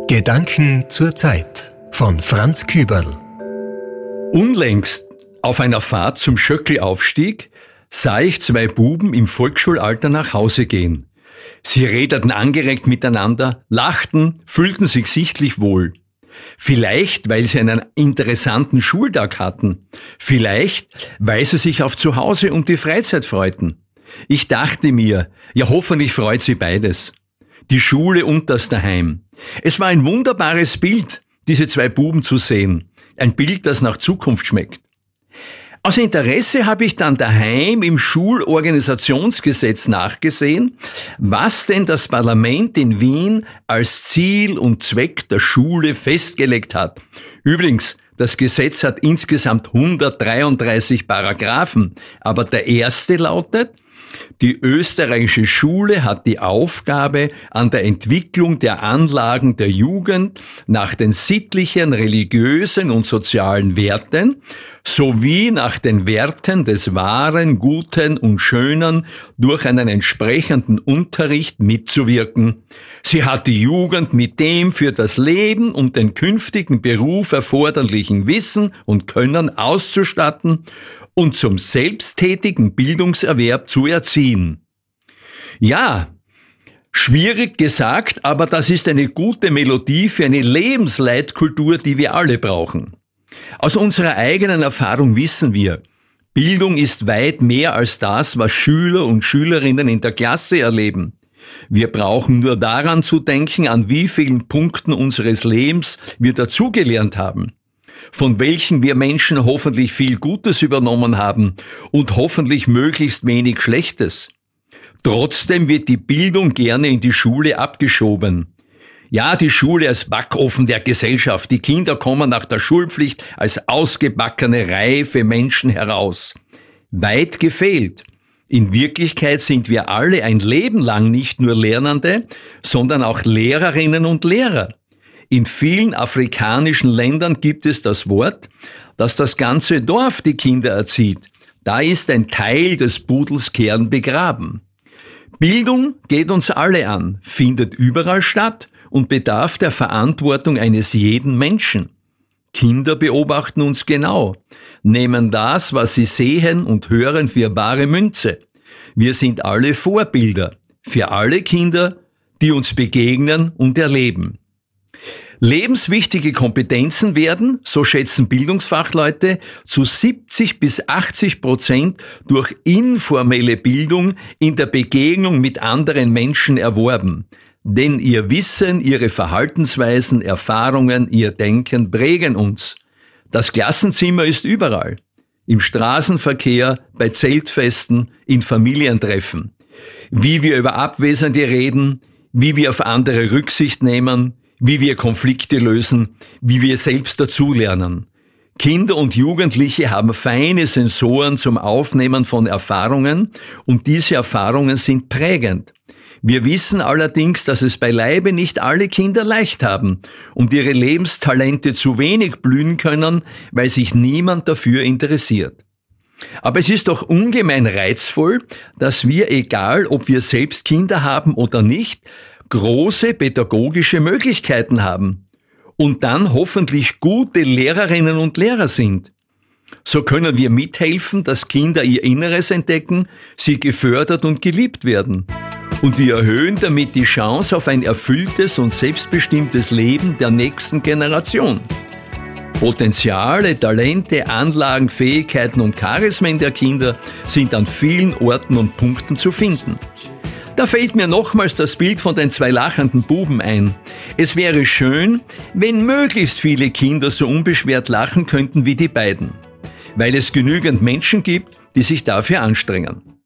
Gedanken zur Zeit von Franz Küberl. Unlängst auf einer Fahrt zum Schöckl-Aufstieg sah ich zwei Buben im Volksschulalter nach Hause gehen. Sie redeten angeregt miteinander, lachten, fühlten sich sichtlich wohl. Vielleicht, weil sie einen interessanten Schultag hatten. Vielleicht, weil sie sich auf Zuhause und die Freizeit freuten. Ich dachte mir, ja, hoffentlich freut sie beides. Die Schule und das Daheim. Es war ein wunderbares Bild, diese zwei Buben zu sehen. Ein Bild, das nach Zukunft schmeckt. Aus Interesse habe ich dann daheim im Schulorganisationsgesetz nachgesehen, was denn das Parlament in Wien als Ziel und Zweck der Schule festgelegt hat. Übrigens, das Gesetz hat insgesamt 133 Paragraphen, aber der erste lautet: Die österreichische Schule hat die Aufgabe, an der Entwicklung der Anlagen der Jugend nach den sittlichen, religiösen und sozialen Werten sowie nach den Werten des Wahren, Guten und Schönen durch einen entsprechenden Unterricht mitzuwirken. Sie hat die Jugend mit dem für das Leben und den künftigen Beruf erforderlichen Wissen und Können auszustatten und zum selbsttätigen Bildungserwerb zu erziehen. Ja, schwierig gesagt, aber das ist eine gute Melodie für eine Lebensleitkultur, die wir alle brauchen. Aus unserer eigenen Erfahrung wissen wir, Bildung ist weit mehr als das, was Schüler und Schülerinnen in der Klasse erleben. Wir brauchen nur daran zu denken, an wie vielen Punkten unseres Lebens wir dazugelernt haben, von welchen wir Menschen hoffentlich viel Gutes übernommen haben und hoffentlich möglichst wenig Schlechtes. Trotzdem wird die Bildung gerne in die Schule abgeschoben. Ja, die Schule als Backofen der Gesellschaft. Die Kinder kommen nach der Schulpflicht als ausgebackene, reife Menschen heraus. Weit gefehlt. In Wirklichkeit sind wir alle ein Leben lang nicht nur Lernende, sondern auch Lehrerinnen und Lehrer. In vielen afrikanischen Ländern gibt es das Wort, dass das ganze Dorf die Kinder erzieht. Da ist ein Teil des Pudels Kern begraben. Bildung geht uns alle an, findet überall statt und bedarf der Verantwortung eines jeden Menschen. Kinder beobachten uns genau, nehmen das, was sie sehen und hören, für bare Münze. Wir sind alle Vorbilder für alle Kinder, die uns begegnen und erleben. Lebenswichtige Kompetenzen werden, so schätzen Bildungsfachleute, zu 70-80% durch informelle Bildung in der Begegnung mit anderen Menschen erworben. Denn ihr Wissen, ihre Verhaltensweisen, Erfahrungen, ihr Denken prägen uns. Das Klassenzimmer ist überall. Im Straßenverkehr, bei Zeltfesten, in Familientreffen. Wie wir über Abwesende reden, wie wir auf andere Rücksicht nehmen, wie wir Konflikte lösen, wie wir selbst dazulernen. Kinder und Jugendliche haben feine Sensoren zum Aufnehmen von Erfahrungen und diese Erfahrungen sind prägend. Wir wissen allerdings, dass es beileibe nicht alle Kinder leicht haben und ihre Lebenstalente zu wenig blühen können, weil sich niemand dafür interessiert. Aber es ist doch ungemein reizvoll, dass wir, egal ob wir selbst Kinder haben oder nicht, große pädagogische Möglichkeiten haben und dann hoffentlich gute Lehrerinnen und Lehrer sind. So können wir mithelfen, dass Kinder ihr Inneres entdecken, sie gefördert und geliebt werden. Und wir erhöhen damit die Chance auf ein erfülltes und selbstbestimmtes Leben der nächsten Generation. Potenziale, Talente, Anlagen, Fähigkeiten und Charismen der Kinder sind an vielen Orten und Punkten zu finden. Da fällt mir nochmals das Bild von den zwei lachenden Buben ein. Es wäre schön, wenn möglichst viele Kinder so unbeschwert lachen könnten wie die beiden, weil es genügend Menschen gibt, die sich dafür anstrengen.